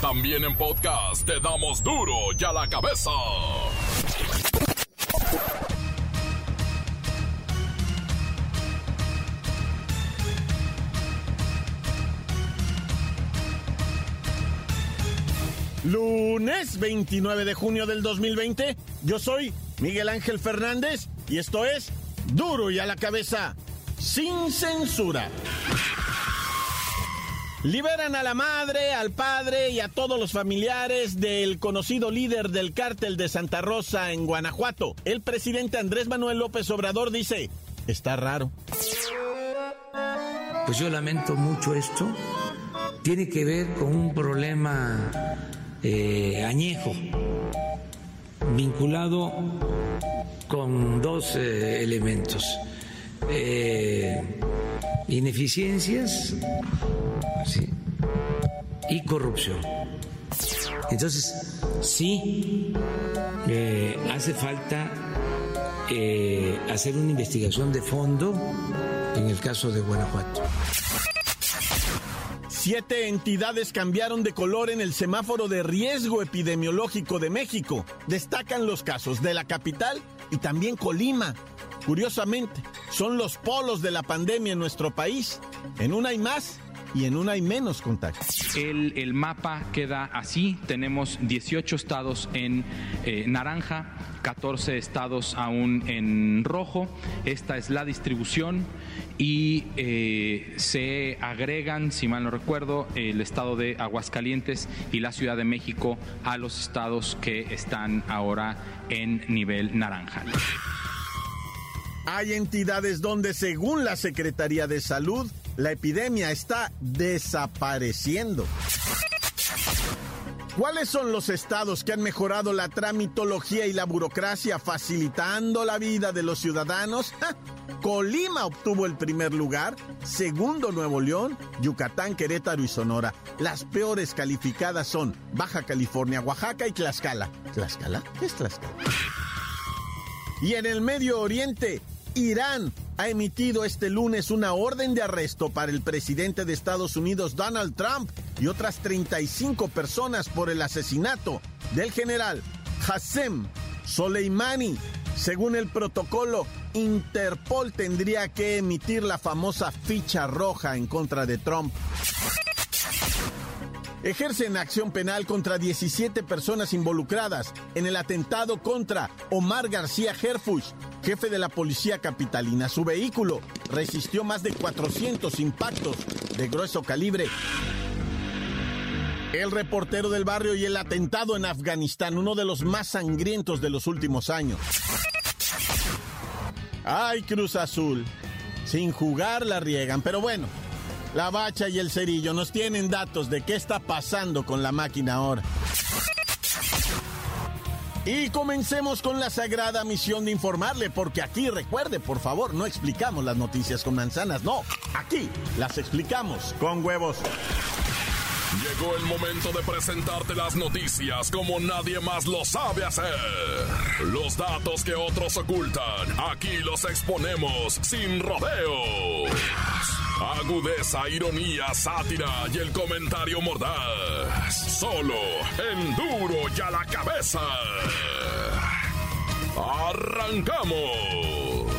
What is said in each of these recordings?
También en podcast te damos duro y a la cabeza. Lunes 29 de junio del 2020, yo soy Miguel Ángel Fernández y esto es Duro y a la Cabeza, sin censura. Liberan a la madre, al padre y a todos los familiares del conocido líder del cártel de Santa Rosa en Guanajuato. El presidente Andrés Manuel López Obrador dice, está raro. Pues yo lamento mucho esto. Tiene que ver con un problema añejo, vinculado con dos elementos. Ineficiencias, ¿sí?, y corrupción. Entonces, sí, hace falta hacer una investigación de fondo en el caso de Guanajuato. 7 entidades cambiaron de color en el semáforo de riesgo epidemiológico de México. Destacan los casos de la capital y también Colima. Curiosamente, son los polos de la pandemia en nuestro país. En una hay más y en una hay menos contagios. El mapa queda así. Tenemos 18 estados en naranja, 14 estados aún en rojo. Esta es la distribución y se agregan, si mal no recuerdo, el estado de Aguascalientes y la Ciudad de México a los estados que están ahora en nivel naranja. Hay entidades donde, según la Secretaría de Salud, la epidemia está desapareciendo. ¿Cuáles son los estados que han mejorado la tramitología y la burocracia, facilitando la vida de los ciudadanos? Colima obtuvo el primer lugar, segundo Nuevo León, Yucatán, Querétaro y Sonora. Las peores calificadas son Baja California, Oaxaca y Tlaxcala. ¿Tlaxcala? ¿Qué es Tlaxcala? Y en el Medio Oriente, Irán ha emitido este lunes una orden de arresto para el presidente de Estados Unidos, Donald Trump, y otras 35 personas por el asesinato del general Qasem Soleimani. Según el protocolo, Interpol tendría que emitir la famosa ficha roja en contra de Trump. Ejercen acción penal contra 17 personas involucradas en el atentado contra Omar García Herfuch, jefe de la policía capitalina. Su vehículo resistió más de 400 impactos de grueso calibre. El reportero del barrio y el atentado en Afganistán, uno de los más sangrientos de los últimos años. ¡Ay, Cruz Azul! Sin jugar la riegan, pero bueno, la Bacha y el Cerillo nos tienen datos de qué está pasando con la máquina ahora. Y comencemos con la sagrada misión de informarle, porque aquí, recuerde, por favor, no explicamos las noticias con manzanas, no, aquí las explicamos con huevos. Llegó el momento de presentarte las noticias como nadie más lo sabe hacer. Los datos que otros ocultan, aquí los exponemos sin rodeos. Agudeza, ironía, sátira y el comentario mordaz. Solo en Duro y a la Cabeza. ¡Arrancamos!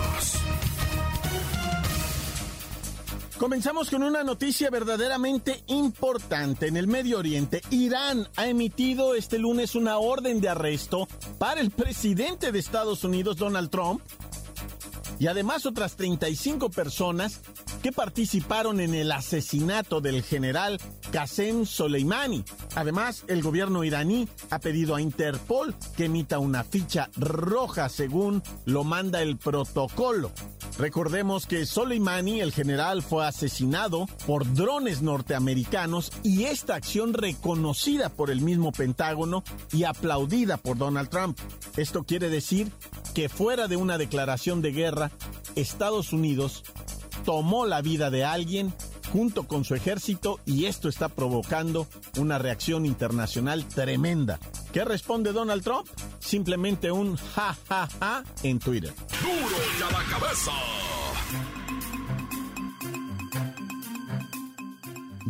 Comenzamos con una noticia verdaderamente importante. En el Medio Oriente, Irán ha emitido este lunes una orden de arresto para el presidente de Estados Unidos, Donald Trump, y además otras 35 personas que participaron en el asesinato del general Qasem Soleimani. Además, el gobierno iraní ha pedido a Interpol que emita una ficha roja según lo manda el protocolo. Recordemos que Soleimani, el general, fue asesinado por drones norteamericanos y esta acción reconocida por el mismo Pentágono y aplaudida por Donald Trump. Esto quiere decir que fuera de una declaración de guerra, Estados Unidos tomó la vida de alguien junto con su ejército y esto está provocando una reacción internacional tremenda. ¿Qué responde Donald Trump? Simplemente un ja, ja, ja en Twitter. ¡Duro y a la Cabeza!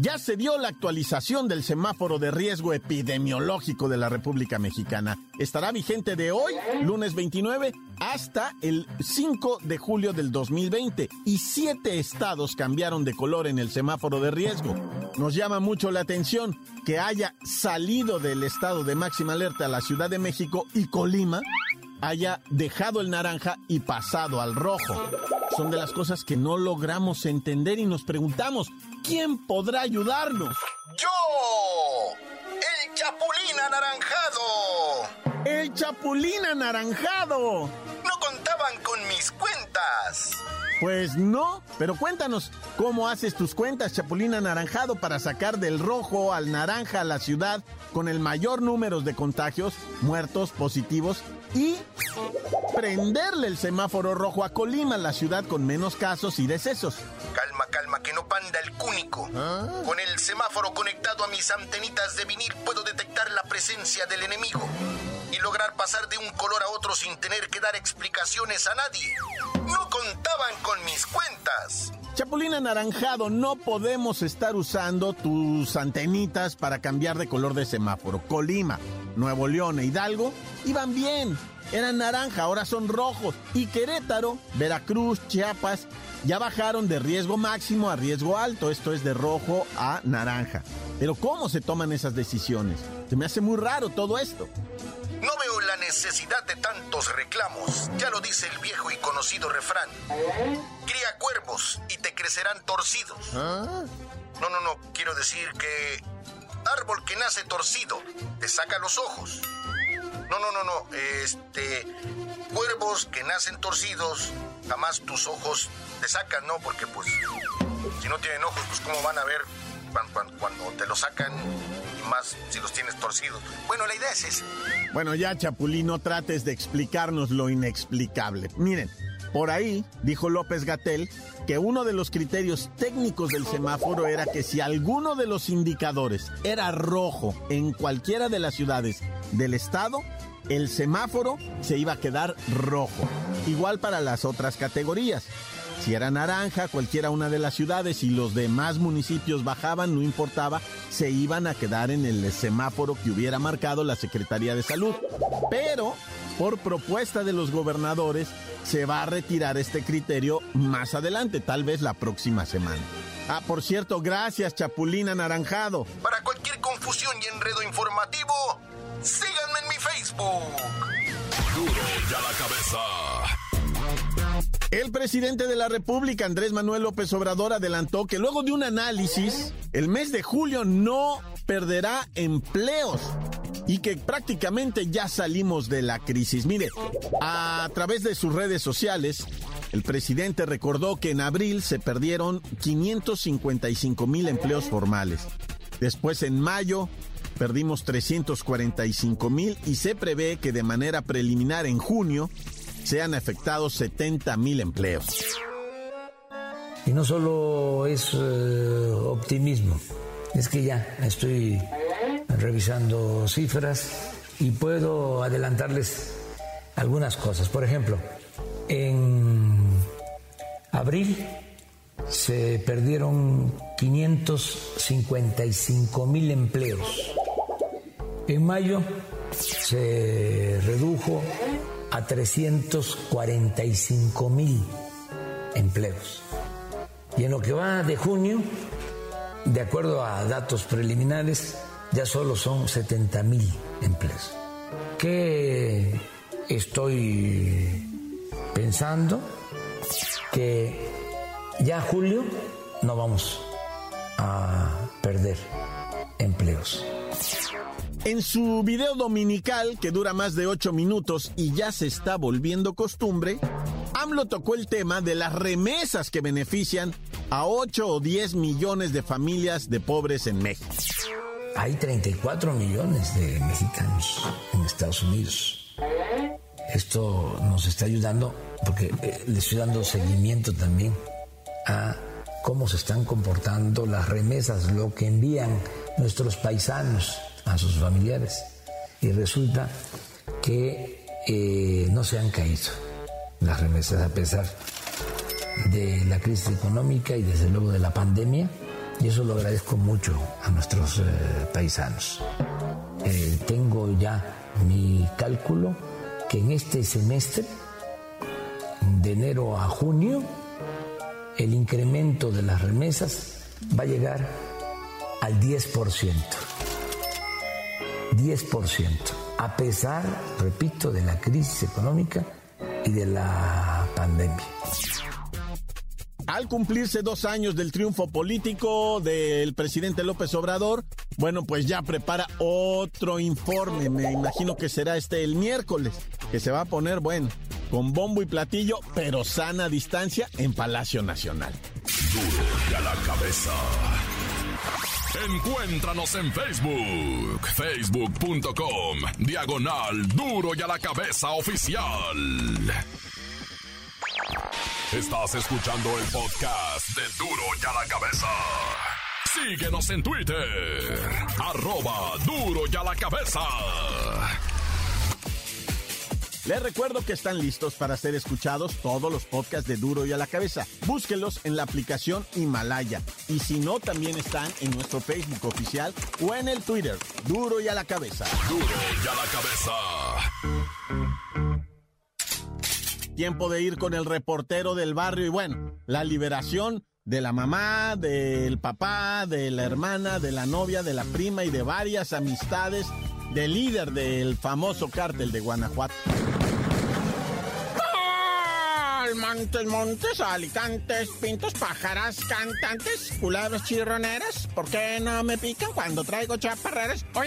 Ya se dio la actualización del semáforo de riesgo epidemiológico de la República Mexicana. Estará vigente de hoy, lunes 29, hasta el 5 de julio del 2020. Y 7 estados cambiaron de color en el semáforo de riesgo. Nos llama mucho la atención que haya salido del estado de máxima alerta a la Ciudad de México y Colima haya dejado el naranja y pasado al rojo. Son de las cosas que no logramos entender y nos preguntamos, ¿quién podrá ayudarnos? ¡Yo! ¡El Chapulín Anaranjado! ¡El Chapulín Anaranjado! No contaban con mis cuentas. Pues no, pero cuéntanos, ¿cómo haces tus cuentas, Chapulín Anaranjado, para sacar del rojo al naranja a la ciudad con el mayor número de contagios, muertos, positivos, y prenderle el semáforo rojo a Colima, la ciudad con menos casos y decesos? Calma, que no panda el cúnico. Con el semáforo conectado a mis antenitas de vinil puedo detectar la presencia del enemigo y lograr pasar de un color a otro sin tener que dar explicaciones a nadie. No contaban con mis cuentas. Chapulín Anaranjado, no podemos estar usando tus antenitas para cambiar de color de semáforo. Colima, Nuevo León e Hidalgo iban bien, eran naranja, ahora son rojos. Y Querétaro, Veracruz, Chiapas ya bajaron de riesgo máximo a riesgo alto, esto es de rojo a naranja. Pero ¿cómo se toman esas decisiones? Se me hace muy raro todo esto. No veo la necesidad de tantos reclamos. Ya lo dice el viejo y conocido refrán. Cría cuervos y te crecerán torcidos. No, quiero decir que árbol que nace torcido te saca los ojos. Cuervos que nacen torcidos, jamás tus ojos te sacan, ¿no? Porque pues, si no tienen ojos, pues ¿cómo van a ver cuando te los sacan? Y más si los tienes torcidos. Bueno, la idea es esa. Bueno, ya, Chapulín, no trates de explicarnos lo inexplicable. Miren, por ahí dijo López-Gatell que uno de los criterios técnicos del semáforo era que si alguno de los indicadores era rojo en cualquiera de las ciudades del estado, el semáforo se iba a quedar rojo. Igual para las otras categorías. Si era naranja, cualquiera una de las ciudades y los demás municipios bajaban, no importaba, se iban a quedar en el semáforo que hubiera marcado la Secretaría de Salud. Pero, por propuesta de los gobernadores, se va a retirar este criterio más adelante, tal vez la próxima semana. Ah, por cierto, gracias, Chapulín Anaranjado. Para cualquier confusión y enredo informativo, síganme en mi Facebook. Duro ya la cabeza. El presidente de la República, Andrés Manuel López Obrador, adelantó que luego de un análisis, el mes de julio no perderá empleos y que prácticamente ya salimos de la crisis. Mire, a través de sus redes sociales, el presidente recordó que en abril se perdieron 555,000 empleos formales. Después, en mayo, perdimos 345,000 y se prevé que de manera preliminar en junio sean afectados 70,000 empleos. Y no solo es optimismo, es que ya estoy revisando cifras y puedo adelantarles algunas cosas. Por ejemplo, en abril se perdieron 555,000 empleos. En mayo se redujo a 345,000 empleos. Y en lo que va de junio, de acuerdo a datos preliminares, ya solo son 70,000 empleos. ¿Qué estoy pensando? Que ya julio no vamos a perder empleos. En su video dominical, que dura más de 8 minutos y ya se está volviendo costumbre, AMLO tocó el tema de las remesas que benefician a 8 o 10 millones de familias de pobres en México. Hay 34 millones de mexicanos en Estados Unidos. Esto nos está ayudando porque le estoy dando seguimiento también a cómo se están comportando las remesas, lo que envían nuestros paisanos a sus familiares, y resulta que no se han caído las remesas a pesar de la crisis económica y desde luego de la pandemia. Y eso lo agradezco mucho a nuestros paisanos. Tengo ya mi cálculo que en este semestre, de enero a junio, el incremento de las remesas va a llegar al 10%. 10%. A pesar, repito, de la crisis económica y de la pandemia. Al cumplirse 2 años del triunfo político del presidente López Obrador, bueno, pues ya prepara otro informe. Me imagino que será el miércoles, que se va a poner, bueno, con bombo y platillo, pero sana distancia en Palacio Nacional. Duro y a la cabeza. Encuéntranos en Facebook, facebook.com/Duro y a la Cabeza Oficial. Estás escuchando el podcast de Duro y a la Cabeza. Síguenos en Twitter, @Duro y a la Cabeza. Les recuerdo que están listos para ser escuchados todos los podcasts de Duro y a la Cabeza. Búsquenlos en la aplicación Himalaya. Y si no, también están en nuestro Facebook oficial o en el Twitter, Duro y a la Cabeza. Duro y a la Cabeza. Tiempo de ir con el reportero del barrio y bueno, la liberación de la mamá, del papá, de la hermana, de la novia, de la prima y de varias amistades del líder del famoso cártel de Guanajuato. Montes, alicantes, pintos, pájaras, cantantes, culebras chirroneras. ¿Por qué no me pican cuando traigo chaparreras? Oye,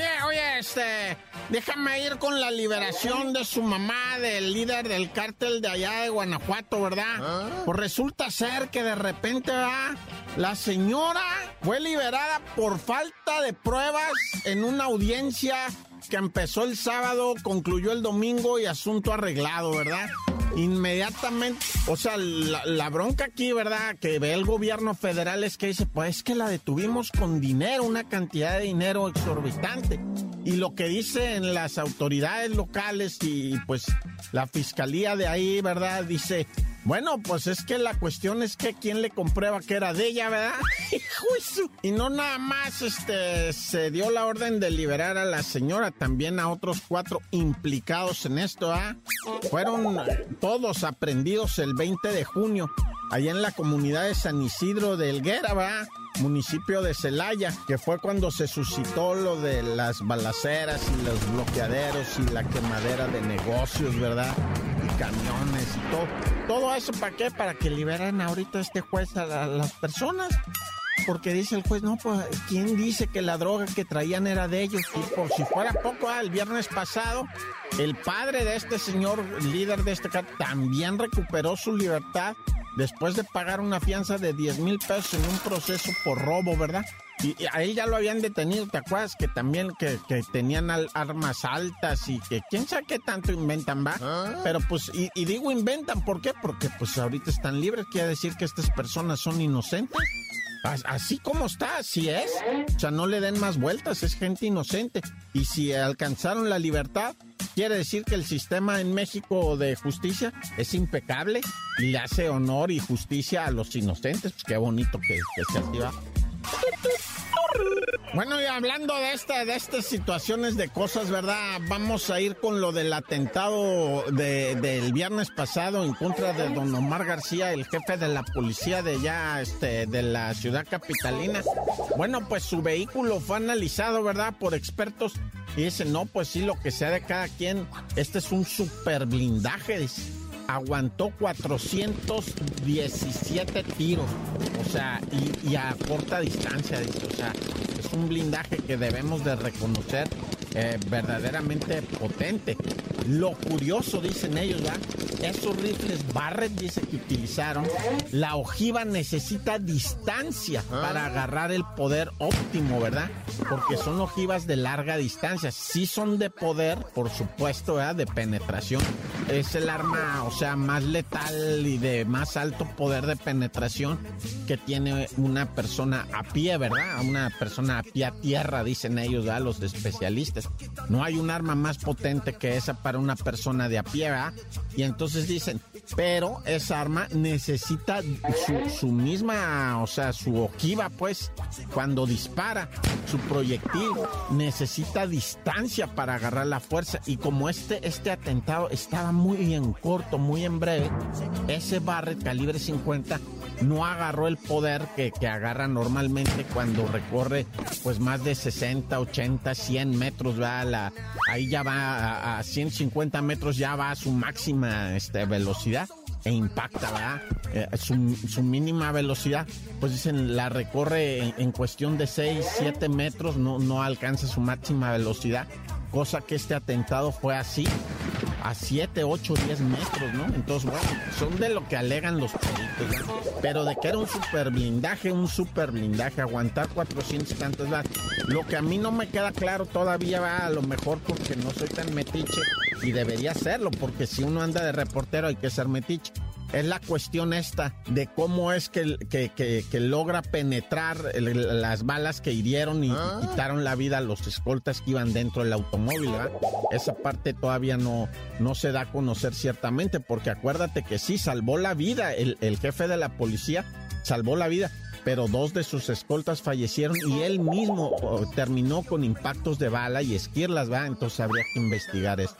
déjame ir con la liberación de su mamá, del líder del cártel de allá de Guanajuato, ¿verdad? Pues resulta ser que de repente, ¿verdad?, la señora fue liberada por falta de pruebas en una audiencia que empezó el sábado, concluyó el domingo y asunto arreglado, ¿verdad? Inmediatamente, o sea, la bronca aquí, ¿verdad?, que ve el gobierno federal es que dice, pues es que la detuvimos con dinero, una cantidad de dinero exorbitante. Y lo que dicen las autoridades locales y pues la fiscalía de ahí, ¿verdad?, dice, bueno, pues es que la cuestión es que quién le comprueba que era de ella, ¿verdad? Y no nada más se dio la orden de liberar a la señora, también a otros 4 implicados en esto, ¿ah? Fueron todos aprehendidos el 20 de junio, allá en la comunidad de San Isidro de Helguera, ¿verdad?, municipio de Celaya, que fue cuando se suscitó lo de las balaceras y los bloqueaderos y la quemadera de negocios, ¿verdad?, y camiones y todo. ¿Todo eso para qué? Para que liberen ahorita juez a las personas. Porque dice el juez, no, pues, ¿quién dice que la droga que traían era de ellos? Y por si fuera poco, el viernes pasado, el padre de este señor, líder de este cartel, también recuperó su libertad después de pagar una fianza de 10,000 pesos en un proceso por robo, ¿verdad? Y a él ya lo habían detenido, ¿te acuerdas? Que también que tenían armas altas y que quién sabe qué tanto inventan, ¿va? Pero pues, y digo inventan, ¿por qué? Porque pues ahorita están libres, quiere decir que estas personas son inocentes. Así como está, así es. O sea, no le den más vueltas, es gente inocente. Y si alcanzaron la libertad, quiere decir que el sistema en México de justicia es impecable y le hace honor y justicia a los inocentes. Pues qué bonito que se activa. Bueno, y hablando de estas situaciones de cosas, ¿verdad? Vamos a ir con lo del atentado del viernes pasado en contra de don Omar García, el jefe de la policía de allá, de la ciudad capitalina. Bueno, pues su vehículo fue analizado, ¿verdad?, por expertos y dicen, no, pues sí, lo que sea de cada quien, este es un super blindaje, dice. Aguantó 417 tiros, o sea, y a corta distancia, dice, o sea, es un blindaje que debemos de reconocer verdaderamente potente. Lo curioso, dicen ellos, ¿verdad?, esos rifles Barrett, dice que utilizaron, la ojiva necesita distancia para agarrar el poder óptimo, ¿verdad?, porque son ojivas de larga distancia, sí son de poder, por supuesto, ¿verdad?, de penetración, es el arma, o sea, más letal y de más alto poder de penetración que tiene una persona a pie, ¿verdad?, una persona a pie a tierra, dicen ellos, ¿verdad?, los especialistas. no hay un arma más potente que esa para una persona de a pie, ¿verdad? Y entonces dicen, pero esa arma necesita su misma, o sea, su ojiva, pues, cuando dispara, su proyectil, necesita distancia para agarrar la fuerza. Y como este atentado estaba muy en corto, muy en breve, ese Barrett calibre 50 no agarró el poder que agarra normalmente cuando recorre pues más de 60, 80, 100 metros, ¿verdad? Ahí ya va a 150 metros, ya va a su máxima velocidad e impacta, ¿verdad? Su mínima velocidad, pues dicen, la recorre en cuestión de 6, 7 metros, no alcanza su máxima velocidad, cosa que este atentado fue así, a 7, 8, 10 metros, ¿no? Entonces, bueno, son de lo que alegan los peritos, ¿no? Pero de que era un super blindaje, aguantar 400 tantos, ¿verdad? Lo que a mí no me queda claro todavía, va, a lo mejor porque no soy tan metiche, y debería serlo, porque si uno anda de reportero hay que ser metiche. Es la cuestión esta de cómo es que logra penetrar las balas que hirieron y quitaron la vida a los escoltas que iban dentro del automóvil, ¿verdad? Esa parte todavía no se da a conocer ciertamente, porque acuérdate que sí, salvó la vida, el jefe de la policía salvó la vida, pero 2 de sus escoltas fallecieron y él mismo terminó con impactos de bala y esquirlas, ¿verdad? Entonces habría que investigar esto.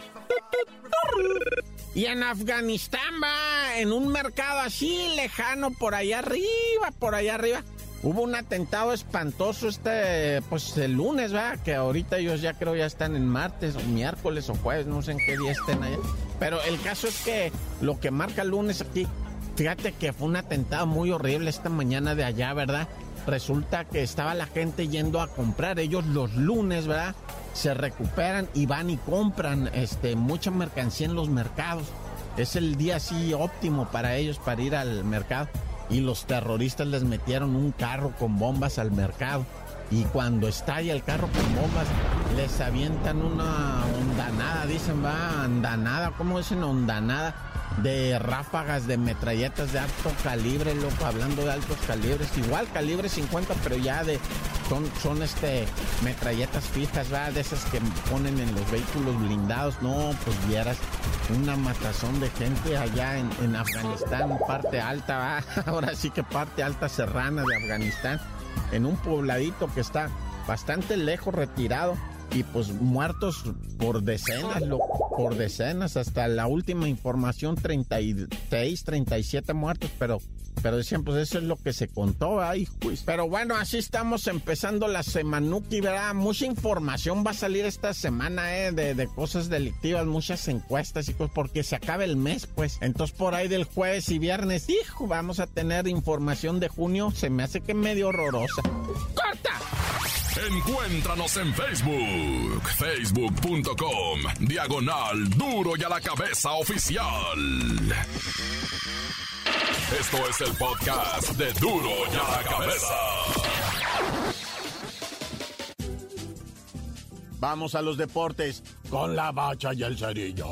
Y en Afganistán, va, en un mercado así lejano, por allá arriba, hubo un atentado espantoso pues el lunes, va, que ahorita ellos ya creo ya están en martes, o miércoles, o jueves, no sé en qué día estén allá. Pero el caso es que lo que marca el lunes aquí, fíjate que fue un atentado muy horrible esta mañana de allá, ¿verdad? Resulta que estaba la gente yendo a comprar, ellos los lunes, ¿verdad? Se recuperan y van y compran mucha mercancía en los mercados. Es el día así óptimo para ellos para ir al mercado. Y los terroristas les metieron un carro con bombas al mercado. Y cuando estalla el carro con bombas, les avientan una ondanada, dicen, va, andanada, ¿cómo dicen? Ondanada de ráfagas de metralletas de alto calibre, loco, hablando de altos calibres, igual calibre 50, pero ya son metralletas fijas, ¿verdad? De esas que ponen en los vehículos blindados. No, pues vieras una matazón de gente allá en Afganistán, parte alta, ¿verdad? Ahora sí que parte alta serrana de Afganistán, en un pobladito que está bastante lejos, retirado, y pues muertos por decenas, hasta la última información 36, 37 muertos, pero decían, pues eso es lo que se contó ahí, pues. Pero bueno, así estamos empezando la semanuki, ¿verdad? Mucha información va a salir esta semana, de cosas delictivas, muchas encuestas y cosas, porque se acaba el mes, pues. Entonces por ahí del jueves y viernes, hijo, vamos a tener información de junio, se me hace que medio horrorosa. ¡Corta! Encuéntranos en Facebook, facebook.com/Duro y a la Cabeza Oficial. Esto es el podcast de Duro y a la Cabeza. Vamos a los deportes con la Bacha y el Cerillo.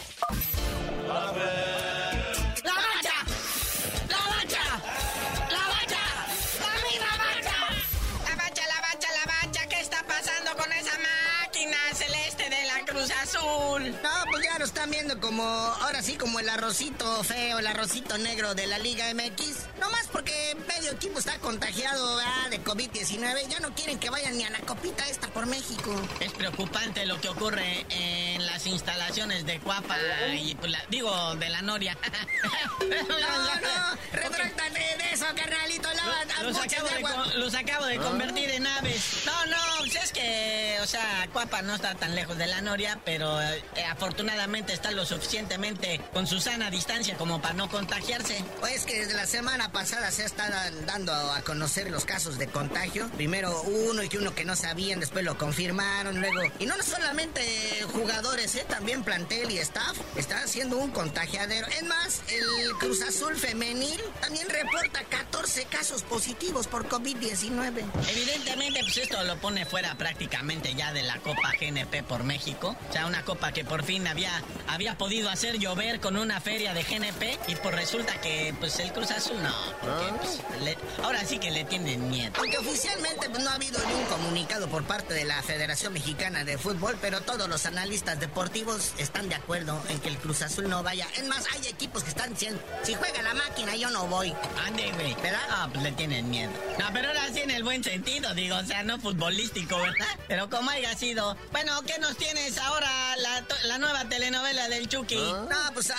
No, pues ya lo están viendo como, ahora sí, como el arrocito feo, el arrocito negro de la Liga MX. No más porque medio equipo está contagiado de COVID-19. Ya no quieren que vayan ni a la copita esta por México. Es preocupante lo que ocurre en las instalaciones de Cuapa y, pues, de la Noria. No, retráctate de eso, carnalito. Los acabo de convertir en aves. No, pues es que, o sea, Cuapa no está tan lejos de la Noria, pero afortunadamente está lo suficientemente con su sana distancia como para no contagiarse. Pues que desde la semana pasada se están dando a conocer los casos de contagio. Primero uno que no sabían, después lo confirmaron, luego... Y no solamente jugadores, también plantel y staff está haciendo un contagiadero. Es más, el Cruz Azul femenil también reporta 14 casos positivos por COVID-19. Evidentemente, pues esto lo pone fuera prácticamente olvidarse ya de la Copa GNP por México. O sea, una copa que por fin había podido hacer llover con una feria de GNP y pues resulta que pues el Cruz Azul no. Porque, pues, ahora sí que le tienen miedo. Aunque oficialmente pues, no ha habido ni un comunicado por parte de la Federación Mexicana de Fútbol, pero todos los analistas deportivos están de acuerdo en que el Cruz Azul no vaya. Es más, hay equipos que están diciendo, si juega la máquina yo no voy. Ande, güey. ¿Verdad? Ah, pues le tienen miedo. No, pero ahora sí en el buen sentido, digo, o sea, no futbolístico, ¿verdad? Pero como haya sido. Bueno, ¿qué nos tienes ahora la nueva telenovela del Chucky? No, pues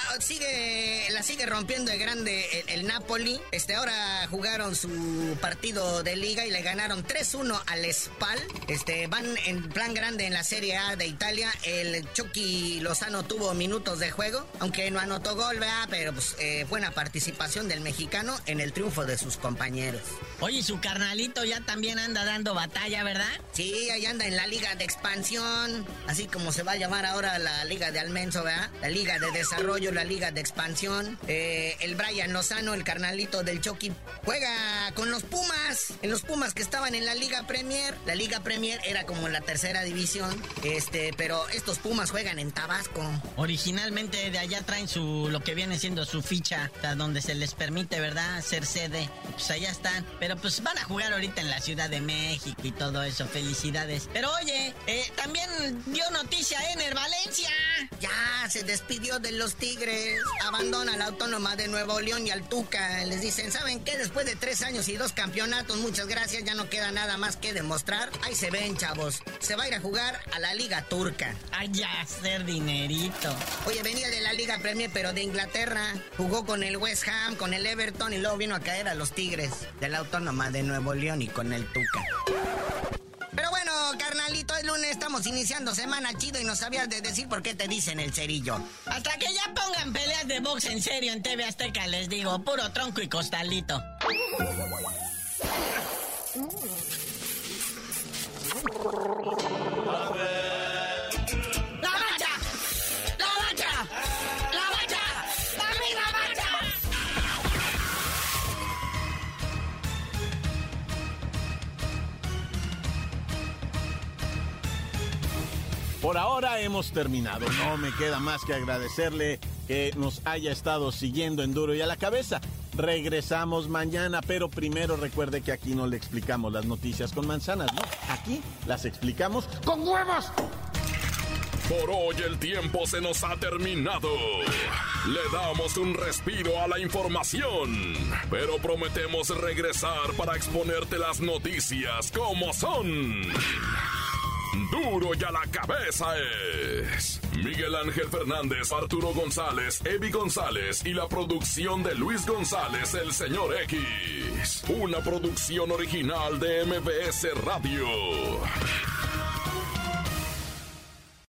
la sigue rompiendo de grande el Napoli. Ahora jugaron su partido de liga y le ganaron 3-1 al Spal. Van en plan grande en la Serie A de Italia. El Chucky Lozano tuvo minutos de juego, aunque no anotó gol, ¿verdad? Pero pues buena participación del mexicano en el triunfo de sus compañeros. Oye, su carnalito ya también anda dando batalla, ¿verdad? Sí, ahí anda en la Liga de Expansión, así como se va a llamar ahora la Liga de Almenso, ¿verdad? La Liga de Desarrollo, la Liga de Expansión. El Brian Lozano, el carnalito del Chucky, juega con los Pumas, en los Pumas que estaban en la Liga Premier. La Liga Premier era como la tercera división, pero estos Pumas juegan en Tabasco. Originalmente de allá traen lo que viene siendo su ficha, o sea, donde se les permite, ¿verdad?, ser sede. Pues allá están, pero pues van a jugar ahorita en la Ciudad de México y todo eso. Felicidades. Pero oye, también dio noticia Ener Valencia. Ya se despidió de los Tigres, abandona la Autónoma de Nuevo León y al Tuca. Les dicen, ¿saben qué? Después de 3 años y 2 campeonatos, muchas gracias, ya no queda nada más que demostrar. Ahí se ven, chavos. Se va a ir a jugar a la Liga Turca. Ay, ya, hacer dinerito. Oye, venía de la Liga Premier, pero de Inglaterra. Jugó con el West Ham, con el Everton y luego vino a caer a los Tigres de la Autónoma de Nuevo León y con el Tuca. Pero bueno, carnalito, el lunes estamos iniciando semana chido y no sabías de decir por qué te dicen el cerillo. Hasta que ya pongan peleas de box en serio en TV Azteca, les digo, puro tronco y costalito. Por ahora hemos terminado. No me queda más que agradecerle que nos haya estado siguiendo en Duro y a la Cabeza. Regresamos mañana, pero primero recuerde que aquí no le explicamos las noticias con manzanas, ¿no? Aquí las explicamos con huevos. Por hoy el tiempo se nos ha terminado. Le damos un respiro a la información, pero prometemos regresar para exponerte las noticias como son. Duro y a la Cabeza es Miguel Ángel Fernández, Arturo González, Evi González y la producción de Luis González, el Señor X. Una producción original de MBS Radio.